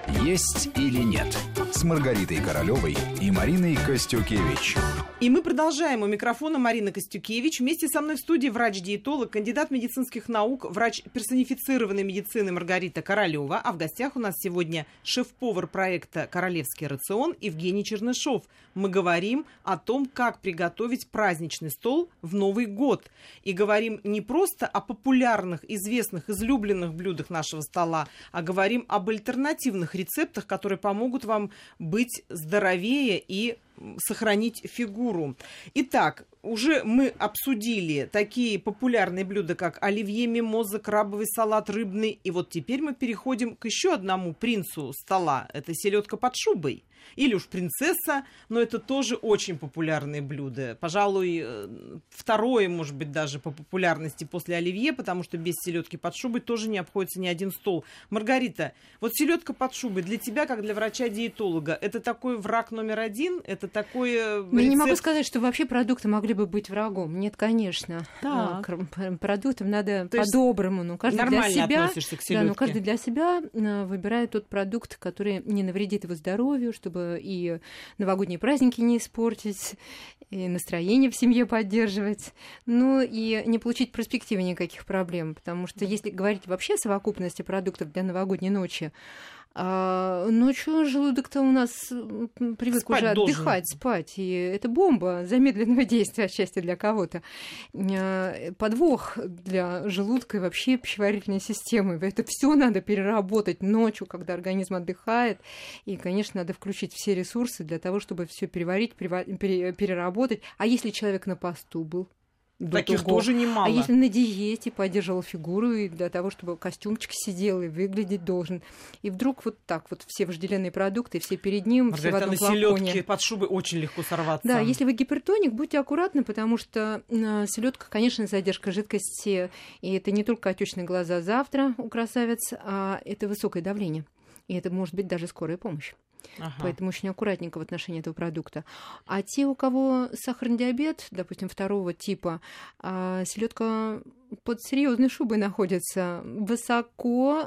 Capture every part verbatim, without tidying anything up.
«Есть или нет» с Маргаритой Королевой и Мариной Костюкевич. И мы продолжаем. У микрофона Марина Костюкевич. Вместе со мной в студии врач-диетолог, кандидат медицинских наук, врач персонифицированной медицины Маргарита Королева. А в гостях у нас сегодня шеф-повар проекта «Королевский рацион» Евгений Чернышов. Мы говорим о том, как приготовить праздничный стол в Новый год. И говорим не просто о популярных, известных, излюбленных блюдах нашего стола, а говорим об альтернативных рецептах, которые помогут вам быть здоровее и сохранить фигуру. Итак, уже мы обсудили такие популярные блюда, как оливье, мимоза, крабовый салат, рыбный. И вот теперь мы переходим к еще одному принцу стола. Это селедка под шубой. Или уж принцесса, но это тоже очень популярные блюда. Пожалуй, второе, может быть, даже по популярности после оливье, потому что без селедки под шубой тоже не обходится ни один стол. Маргарита, вот селедка под шубой для тебя, как для врача-диетолога, это такой враг номер один? Это такое... Я рецепт... не могу сказать, что вообще продукты могли бы быть врагом. Нет, конечно. Так. К продуктам надо то по-доброму. Ну, каждый нормально для себя, относишься к селедке. Да, ну, каждый для себя выбирает тот продукт, который не навредит его здоровью, чтобы и новогодние праздники не испортить, и настроение в семье поддерживать, ну и не получить в перспективе никаких проблем, потому что если говорить вообще о совокупности продуктов для новогодней ночи, А ночью желудок-то у нас привык спать уже отдыхать, должен. спать. И это бомба замедленного действия отчасти для кого-то. Подвох для желудка и вообще пищеварительной системы. Это все надо переработать ночью, когда организм отдыхает. И, конечно, надо включить все ресурсы для того, чтобы все переварить, переработать. А если человек на посту был? Таких того. Тоже немало. А если на диете поддерживал фигуру и для того, чтобы костюмчик сидел и выглядеть должен. И вдруг вот так вот все вожделенные продукты, все перед ним, Маргарита, все в одном на флаконе. селедке под шубой очень легко сорваться. Да, если вы гипертоник, будьте аккуратны, потому что селедка, конечно, задержка жидкости, и это не только отечные глаза завтра у красавиц, а это высокое давление. И это может быть даже скорая помощь. Ага. Поэтому очень аккуратненько в отношении этого продукта. А те, у кого сахарный диабет, допустим, второго типа, селедка под серьезной шубой находится, высоко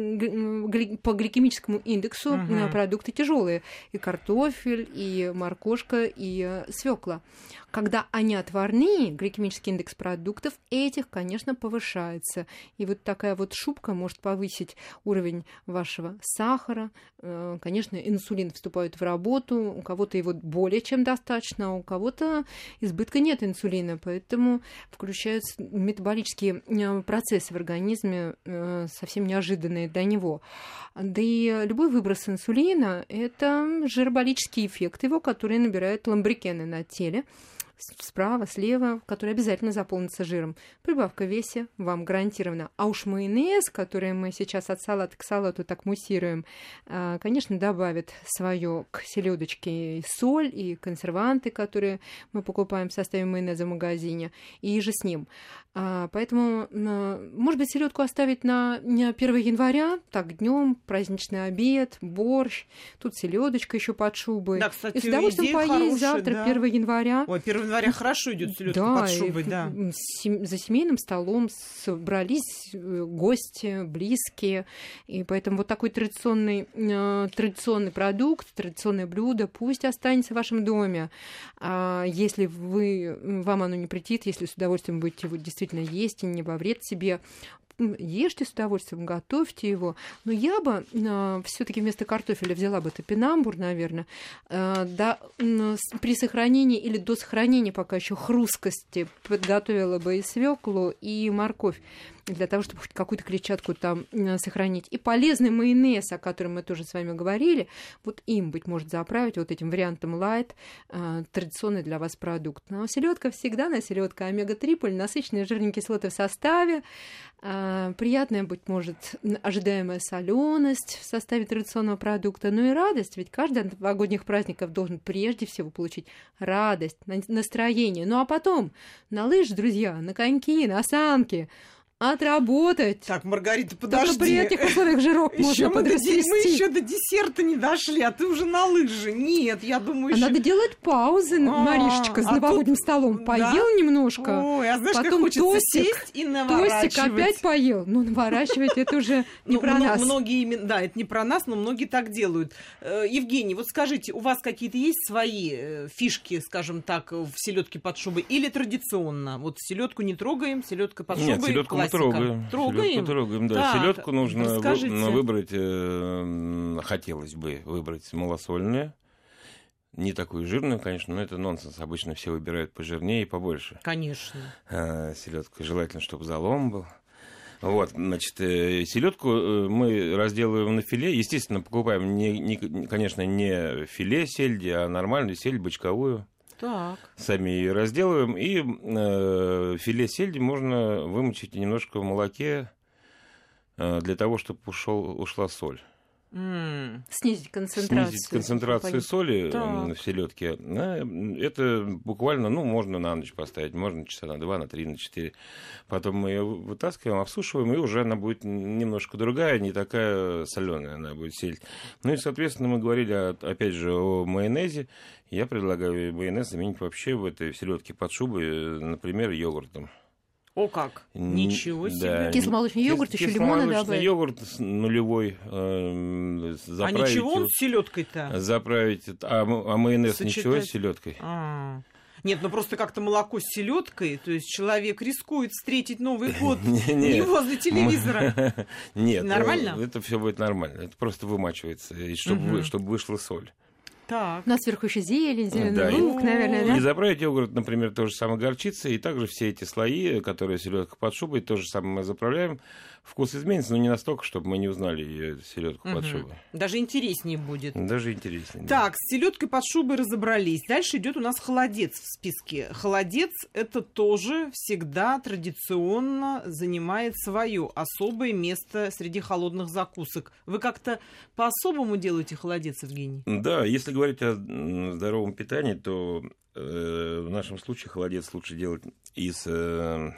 по гликемическому индексу угу. продукты тяжелые. И картофель, и моркошка, и свекла. Когда они отварные, гликемический индекс продуктов этих, конечно, повышается. И вот такая вот шубка может повысить уровень вашего сахара. Конечно, инсулин вступает в работу. У кого-то его более чем достаточно, а у кого-то избытка нет инсулина. Поэтому включаются метаболические процессы в организме, совсем неожиданные для него. Да и любой выброс инсулина – это жироболический эффект его, который набирает ламбрикены на теле, справа, слева, который обязательно заполнится жиром. Прибавка в весе вам гарантирована. А уж майонез, который мы сейчас от салата к салату так муссируем, конечно, добавит свое к селедочке и соль, и консерванты, которые мы покупаем в составе майонеза в магазине, и же с ним. Поэтому, может быть, селедку оставить на первое января, так, днем, праздничный обед, борщ, тут селедочка еще под шубой. Да, кстати, и с удовольствием поесть хорошая, завтра, да. первое января. Ой, первое января хорошо идет селедка да, под шубой, да. За семейным столом собрались гости, близкие, и поэтому вот такой традиционный, традиционный продукт, традиционное блюдо пусть останется в вашем доме. А если вы, вам оно не претит, если с удовольствием будете его действительно есть и не во вред себе, ешьте с удовольствием, готовьте его. Но я бы э, все-таки вместо картофеля взяла бы топинамбур, наверное, э, да, э, при сохранении или до сохранения пока еще хрусткости подготовила бы и свеклу, и морковь, для того, чтобы хоть какую-то клетчатку там сохранить. И полезный майонез, о котором мы тоже с вами говорили, вот им, быть может, заправить вот этим вариантом light, э, традиционный для вас продукт. Но селедка всегда на селедка омега три, насыщенные жирные кислоты в составе, э, приятная, быть может, ожидаемая соленость в составе традиционного продукта, ну и радость, ведь каждый от новогодних праздников должен прежде всего получить радость, настроение. Ну а потом на лыжи, друзья, на коньки, на санки, отработать. Так, Маргарита, подожди. Только при этих условиях жирок Еще можно мы, до, подрастрясти. мы еще до десерта не дошли, а ты уже на лыжи. Нет, я думаю, А еще... надо делать паузы, А, Маришечка, с а новогодним тут- столом. Поел да? немножко, Ой, а знаешь, как потом хочется тостик, сесть и наворачивать. тостик опять поел. Ну, наворачивать это уже не Ну, про мно- нас. Многие, именно- да, это не про нас, но многие так делают. Э, Евгений, вот скажите, у вас какие-то есть свои э, фишки, скажем так, в селедке под шубой или традиционно? Вот селедку не трогаем, селедка под шубой. Нет, селедку мы классика. трогаем. Трогаем? Селедку трогаем, да. Так, Селедку нужно вы- расскажите. ну, выбрать, э, хотелось бы выбрать малосольную. Не такую жирную, конечно, но это нонсенс. Обычно все выбирают пожирнее и побольше. Конечно. А, селедку желательно, чтобы залом был. Вот, значит, селедку мы разделываем на филе. Естественно, покупаем, не, не, конечно, не филе сельди, а нормальную сельдь бочковую. Так. Сами ее разделываем. И э, филе сельди можно вымочить немножко в молоке э, для того, чтобы ушел, ушла соль. М. Снизить концентрацию. Снизить концентрацию соли Так. в селедке. Это буквально, ну, можно на ночь поставить, можно часа на два, на три, на четыре. Потом мы ее вытаскиваем, обсушиваем, и уже она будет немножко другая, не такая соленая она будет сельдь. Ну и, соответственно, мы говорили, опять же, о майонезе. Я предлагаю майонез заменить вообще в этой селедке под шубой, например, йогуртом. О как! Ничего себе! Да. Кисломолочный йогурт, еще лимона Кисломолочный добавить. йогурт с нулевой. Э, А заправить ничего он его- с селедкой-то? Заправить. А, м- а майонез Сочетать. ничего с селедкой? А. Нет, ну просто как-то молоко с селедкой, то есть человек рискует встретить Новый год не Нет. возле телевизора. Нет. Нормально? э, Это все будет нормально. Это просто вымачивается, и чтобы, Мгм. вы- чтобы вышла соль. Так. У нас сверху еще зелень, Да, зеленый и- лук, наверное, И да? заправить йогурт, например, то же самое горчицей, и также все эти слои, которые селедка под шубой, то же самое мы заправляем. Вкус изменится, но не настолько, чтобы мы не узнали ее селедку под Мгм. шубой. Даже интереснее будет. Даже интереснее. да. Так, с селедкой под шубой разобрались. Дальше идет у нас холодец в списке. Холодец это тоже всегда традиционно занимает свое особое место среди холодных закусок. Вы как-то по-особому делаете холодец, Евгений? Да, если говорить о м, здоровом питании, то э, в нашем случае холодец лучше делать из э,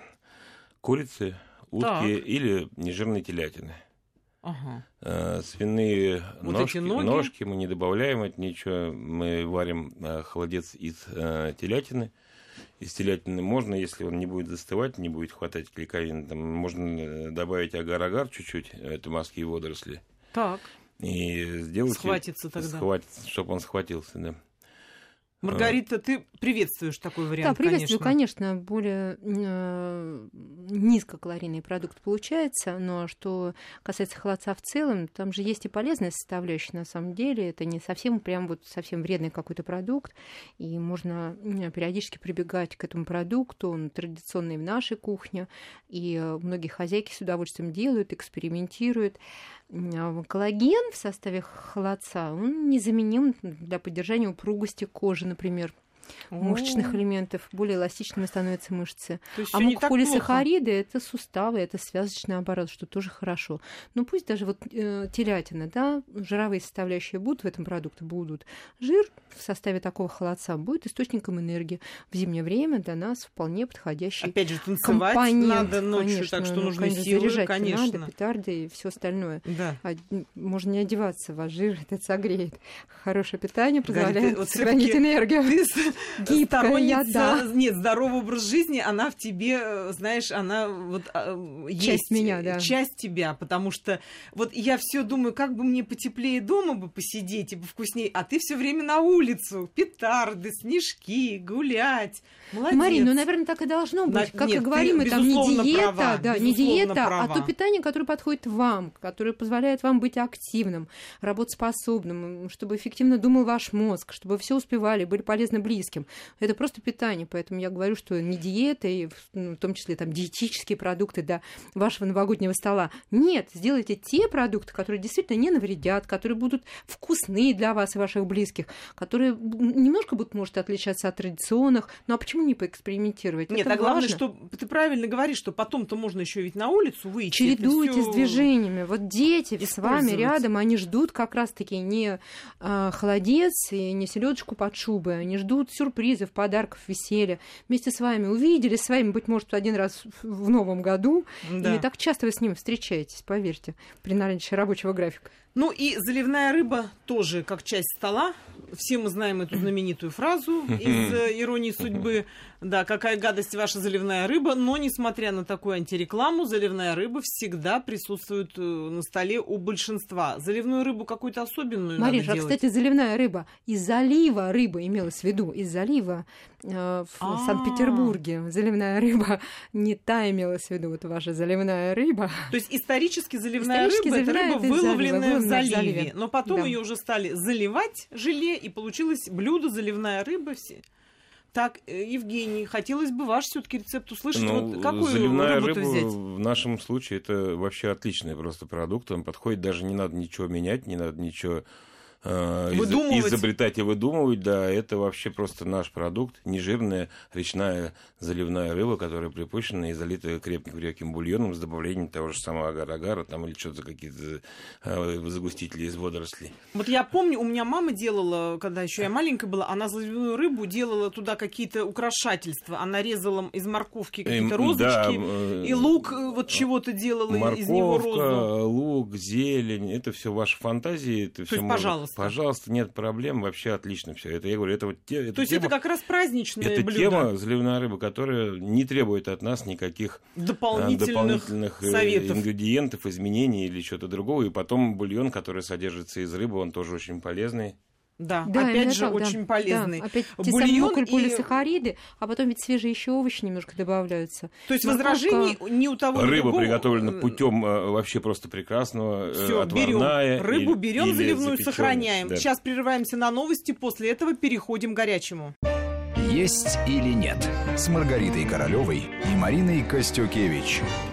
курицы, утки Так. или нежирной телятины. Ага. Э, свиные Вот ножки, эти ноги? ножки мы не добавляем, это ничего. Мы варим э, холодец из э, телятины. Из телятины можно, если он не будет застывать, не будет хватать клейковины, там можно э, добавить агар-агар чуть-чуть, это морские водоросли. Так. И сделать... Схватится тогда. Схватится, чтобы он схватился, да. Маргарита, ты приветствуешь такой вариант, Да, приветствую, конечно. конечно, более э, низкокалорийный продукт получается, но что касается холодца в целом, там же есть и полезная составляющая на самом деле, это не совсем прям вот совсем вредный какой-то продукт, и можно э, периодически прибегать к этому продукту, он традиционный в нашей кухне, и э, многие хозяйки с удовольствием делают, экспериментируют. Э, Коллаген в составе холодца, он незаменим для поддержания упругости кожи, например, мышечных О, элементов, более эластичными становятся мышцы. то есть А всё не так мукополисахариды – это суставы, это связочный аппарат, что тоже хорошо. Но пусть даже вот э, телятина, да, жировые составляющие будут в этом продукте, будут. Жир в составе такого холодца будет источником энергии. В зимнее время для нас вполне подходящий Опять же, танцевать компонент. надо ночью, Конечно, так что ну, нужны конечно, силы, заряжать конечно. надо, петарды и все остальное. Да. А, м, можно не одеваться, ваш жир это согреет. Хорошее питание Галя, позволяет ты вот сохранить всё-таки энергию. Ты с- Гибкая сторонница, да. нет, здоровый образ жизни, она в тебе, э, знаешь, она вот а, Часть есть. меня, да. Часть тебя, потому что вот я все думаю, как бы мне потеплее дома бы посидеть и повкуснее, а ты все время на улицу, петарды, снежки, гулять. Молодец. Марин, ну, наверное, так и должно быть. На- Как нет, и говорим, ты, мы там не безусловно, диета, права, да, не безусловно, диета, права. а то питание, которое подходит вам, которое позволяет вам быть активным, работоспособным, чтобы эффективно думал ваш мозг, чтобы все успевали, были полезны близким. Это просто питание, поэтому я говорю, что не диета, и в, ну, в том числе там диетические продукты до вашего новогоднего стола. Нет, сделайте те продукты, которые действительно не навредят, которые будут вкусны для вас и ваших близких, которые немножко будут, может, отличаться от традиционных. Ну а почему не поэкспериментировать? Нет, Это а главное, важно. что ты правильно говоришь, что потом-то можно еще ведь на улицу выйти. Чередуйте это всё- с движениями. Вот дети с вами использовать. рядом, они ждут как раз-таки не а, холодец и не селедочку под шубой, они ждут ждут сюрпризов, подарков, веселья. Вместе с вами увидели, с вами, быть может, один раз в новом году. Да. И не так часто вы с ним встречаетесь, поверьте, при наличии рабочего графика. Ну и заливная рыба тоже как часть стола. Все мы знаем эту знаменитую фразу из «Иронии судьбы». Да, какая гадость ваша заливная рыба. Но, несмотря на такую антирекламу, заливная рыба всегда присутствует на столе у большинства. Заливную рыбу какую-то особенную Мариш, надо а, делать. кстати, заливная рыба. Из залива рыба имелась в виду. Из залива э, в А-а-а. Санкт-Петербурге. Заливная рыба не та имелась в виду. Вот ваша заливная рыба. То есть исторически заливная Исторически рыба — это заливная рыба, это из залива, выловленная в выловленная в заливе. заливе. Но потом Да. ее уже стали заливать желе, и получилось блюдо заливная рыба. Все. Так, Евгений, хотелось бы ваш все-таки рецепт услышать. Ну, Вот какую заливная рыбу-то рыба взять? в нашем случае это вообще отличный просто продукт. Он подходит, даже не надо ничего менять, не надо ничего э, из- изобретать и выдумывать. Да, это вообще просто наш продукт. Нежирная речная заливная рыба, которая припущена и залита крепким крепким бульоном с добавлением того же самого агар-агара там, или что-то какие-то э, загустители из водорослей. Вот я помню, у меня мама делала, когда еще я маленькая была, она заливную рыбу делала туда какие-то украшательства. Она резала из морковки какие-то Эм, да, розочки, э, и лук э, вот чего-то делала из него розу. Морковка, лук, зелень, это все ваши фантазии. Это То всё есть, можно- пожалуйста. Пожалуйста, нет проблем, вообще отлично все. Это я говорю, это вот те, это То есть тема, это как раз праздничное это блюдо. тема заливная рыба, которая не требует от нас никаких а, Дополнительных, дополнительных э, советов. ингредиентов, изменений или чего-то другого. И потом бульон, который содержится из рыбы, он тоже очень полезный. Да, Да, опять именно же, так, да. очень полезный. Да, опять те Бульон самые и- полисахариды, а потом ведь свежие еще овощи немножко добавляются. То есть Морковка. возражений ни у того, ни у Рыба другого. приготовлена путем э, вообще просто прекрасного, э, Все, берем отварная. рыбу, или- берем или заливную, запечённая. сохраняем. Да. Сейчас прерываемся на новости, после этого переходим к горячему. «Есть или нет» с Маргаритой Королевой и Мариной Костюкевич.